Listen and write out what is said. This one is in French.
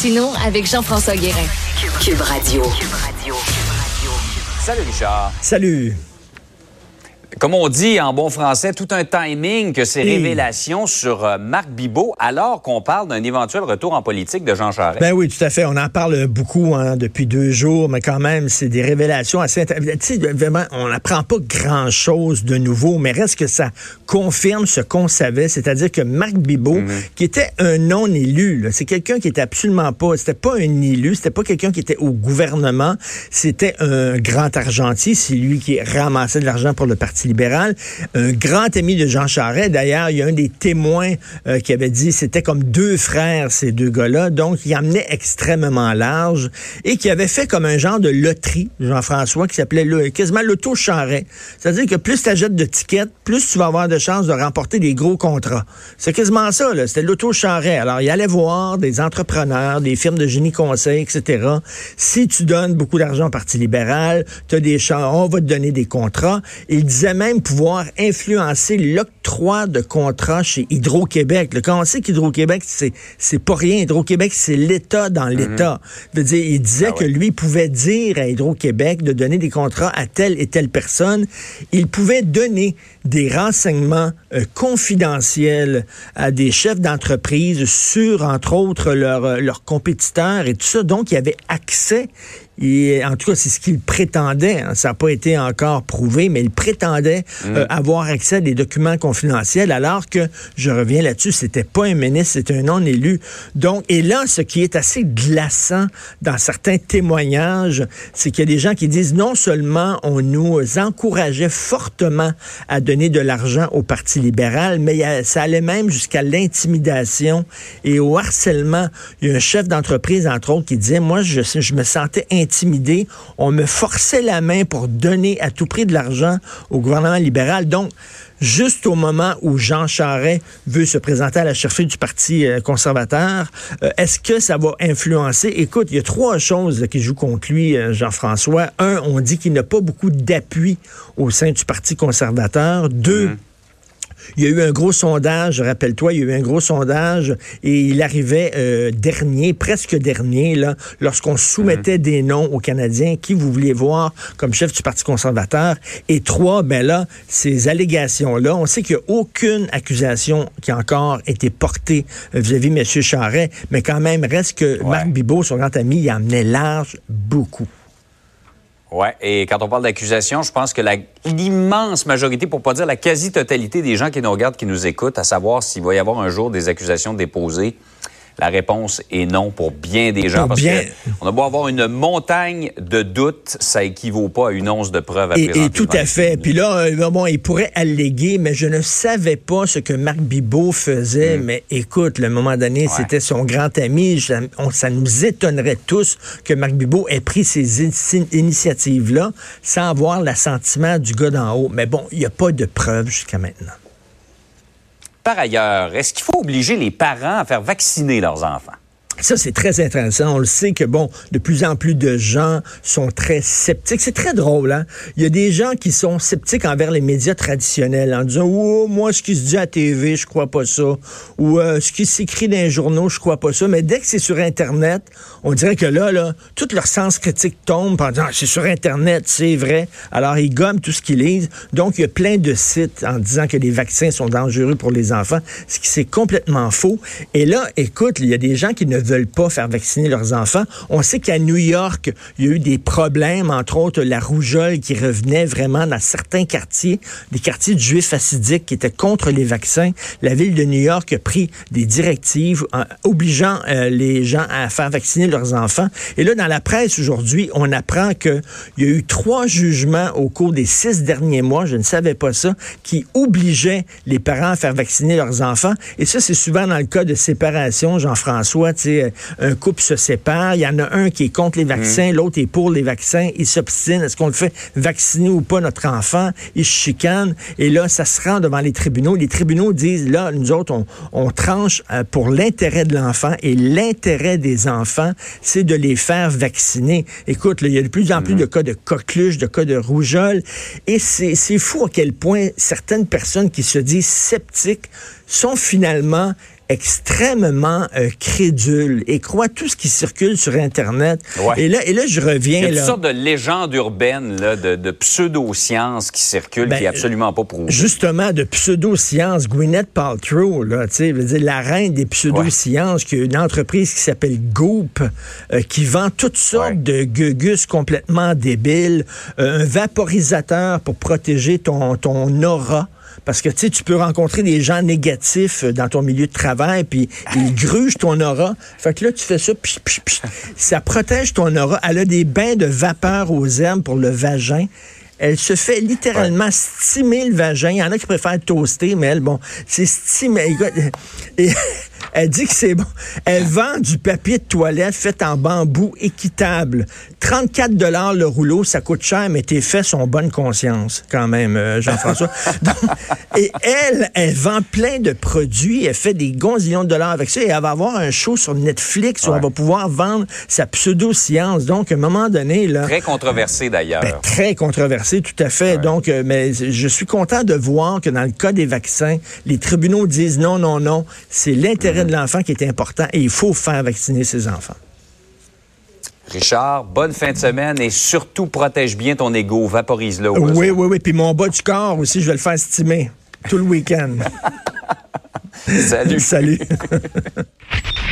Martineau avec Jean-François Guérin. Cube Radio. Salut Richard. Salut. Comme on dit en bon français, tout un timing que ces révélations sur Marc Bibot, alors qu'on parle d'un éventuel retour en politique de Jean Charest. Ben oui, tout à fait. On en parle beaucoup depuis 2 jours, mais quand même, c'est des révélations assez... Tu sais, vraiment, on n'apprend pas grand-chose de nouveau, mais reste que ça confirme ce qu'on savait, c'est-à-dire que Marc Bibot, qui était un non-élu, là, c'est quelqu'un qui était absolument pas... C'était pas un élu, c'était pas quelqu'un qui était au gouvernement, c'était un grand argentier, c'est lui qui ramassait de l'argent pour le Parti libéral, un grand ami de Jean Charest. D'ailleurs, il y a un des témoins qui avait dit c'était comme 2 frères, ces 2 gars-là. Donc, il emmenait extrêmement large et qui avait fait comme un genre de loterie, Jean-François, qui s'appelait quasiment l'auto Charest. C'est-à-dire que plus tu achètes de tickets, plus tu vas avoir de chances de remporter des gros contrats. C'est quasiment ça, là. C'était l'auto Charest. Alors, il allait voir des entrepreneurs, des firmes de génie conseil, etc. Si tu donnes beaucoup d'argent au Parti libéral, tu as des chances, on va te donner des contrats. Il disait même pouvoir influencer l'octroi de contrats chez Hydro-Québec. Quand on sait qu'Hydro-Québec, c'est pas rien. Hydro-Québec, c'est l'État dans l'État. Il disait que lui pouvait dire à Hydro-Québec de donner des contrats à telle et telle personne. Il pouvait donner des renseignements confidentiels à des chefs d'entreprise sur, entre autres, leurs compétiteurs et tout ça. Donc, il avait accès. Et en tout cas, c'est ce qu'il prétendait. Ça n'a pas été encore prouvé, mais il prétendait avoir accès à des documents confidentiels, alors que, je reviens là-dessus, c'était pas un ministre, c'était un non-élu. Donc, et là, ce qui est assez glaçant dans certains témoignages, c'est qu'il y a des gens qui disent non seulement on nous encourageait fortement à donner de l'argent au Parti libéral, mais ça allait même jusqu'à l'intimidation et au harcèlement. Il y a un chef d'entreprise, entre autres, qui disait, moi, je me sentais intimidé. On me forçait la main pour donner à tout prix de l'argent au gouvernement libéral. Donc, juste au moment où Jean Charest veut se présenter à la chefferie du Parti conservateur, est-ce que ça va influencer? Écoute, il y a 3 choses qui jouent contre lui, Jean-François. 1, on dit qu'il n'a pas beaucoup d'appui au sein du Parti conservateur. 2, il y a eu un gros sondage, rappelle-toi, il y a eu un gros sondage et il arrivait presque dernier, là, lorsqu'on soumettait des noms aux Canadiens, qui vous vouliez voir comme chef du Parti conservateur. Et 3, ben là, ces allégations-là, on sait qu'il n'y a aucune accusation qui a encore été portée vis-à-vis de M. Charest, mais quand même, reste que Marc Bibot, son grand ami, il emmenait large beaucoup. Oui, et quand on parle d'accusation, je pense que l'immense majorité, pour ne pas dire la quasi-totalité des gens qui nous regardent, qui nous écoutent, à savoir s'il va y avoir un jour des accusations déposées, la réponse est non pour bien des gens. Parce qu'on a beau avoir une montagne de doutes, ça équivaut pas à une once de preuve à présenter. Et tout à fait. Puis là, bon, il pourrait alléguer, mais je ne savais pas ce que Marc Bibot faisait. Mais écoute, à un moment donné, c'était son grand ami. Ça nous étonnerait tous que Marc Bibot ait pris ces initiatives-là sans avoir l'assentiment du gars d'en haut. Mais bon, il n'y a pas de preuve jusqu'à maintenant. Par ailleurs, est-ce qu'il faut obliger les parents à faire vacciner leurs enfants? Ça, c'est très intéressant. On le sait que, bon, de plus en plus de gens sont très sceptiques. C'est très drôle, hein? Il y a des gens qui sont sceptiques envers les médias traditionnels en disant « Oh, moi, ce qui se dit à la TV, je crois pas ça. » Ou ce qui s'écrit dans les journaux, je crois pas ça. » Mais dès que c'est sur Internet, on dirait que là, tout leur sens critique tombe en disant « C'est sur Internet, c'est vrai. » Alors, ils gomment tout ce qu'ils lisent. Donc, il y a plein de sites en disant que les vaccins sont dangereux pour les enfants, ce qui c'est complètement faux. Et là, écoute, il y a des gens qui ne veulent pas faire vacciner leurs enfants. On sait qu'à New York, il y a eu des problèmes, entre autres la rougeole qui revenait vraiment dans certains quartiers, des quartiers de juifs hassidiques qui étaient contre les vaccins. La ville de New York a pris des directives obligeant les gens à faire vacciner leurs enfants. Et là, dans la presse aujourd'hui, on apprend qu'il y a eu 3 jugements au cours des 6 derniers mois, je ne savais pas ça, qui obligeaient les parents à faire vacciner leurs enfants. Et ça, c'est souvent dans le cas de séparation, Jean-François, tu sais, un couple se sépare, il y en a un qui est contre les vaccins, l'autre est pour les vaccins, il s'obstine, est-ce qu'on le fait vacciner ou pas notre enfant, il se chicane, et là, ça se rend devant les tribunaux. Les tribunaux disent, là, nous autres, on tranche pour l'intérêt de l'enfant, et l'intérêt des enfants, c'est de les faire vacciner. Écoute, là, il y a de plus en plus de cas de coqueluche, de cas de rougeole, et c'est fou à quel point certaines personnes qui se disent sceptiques sont finalement extrêmement crédule et croit tout ce qui circule sur Internet. Ouais. Et là, je reviens. Il y a toutes sortes de légendes urbaines, là, de pseudo-sciences qui circulent, qui n'est absolument pas prouvées. Justement, de pseudo-sciences. Gwyneth Paltrow, là, tu sais, veut dire la reine des pseudo-sciences, qui a une entreprise qui s'appelle Goop, qui vend toutes sortes de gugus complètement débiles, un vaporisateur pour protéger ton aura. Parce que, tu sais, tu peux rencontrer des gens négatifs dans ton milieu de travail, puis ils grugent ton aura. Fait que là, tu fais ça, ça protège ton aura. Elle a des bains de vapeur aux herbes pour le vagin. Elle se fait littéralement stimer le vagin. Il y en a qui préfèrent toaster, mais elle, bon, c'est stimer. Et elle dit que c'est bon. Elle vend du papier de toilette fait en bambou équitable. 34 $ le rouleau, ça coûte cher, mais tes fesses ont bonne conscience, quand même, Jean-François. Donc, et elle vend plein de produits. Elle fait des gonzillions de dollars avec ça. Et elle va avoir un show sur Netflix où elle va pouvoir vendre sa pseudo-science. Donc, à un moment donné, là... Très controversé, d'ailleurs. Très controversé, tout à fait. Ouais. Donc, mais je suis content de voir que dans le cas des vaccins, les tribunaux disent non, non, non. C'est l'intérêt de l'enfant qui est important et il faut faire vacciner ses enfants. Richard, bonne fin de semaine et surtout protège bien ton ego, vaporise-le. Oui. Puis mon bas du corps aussi, je vais le faire stimer tout le week-end. Salut. Salut.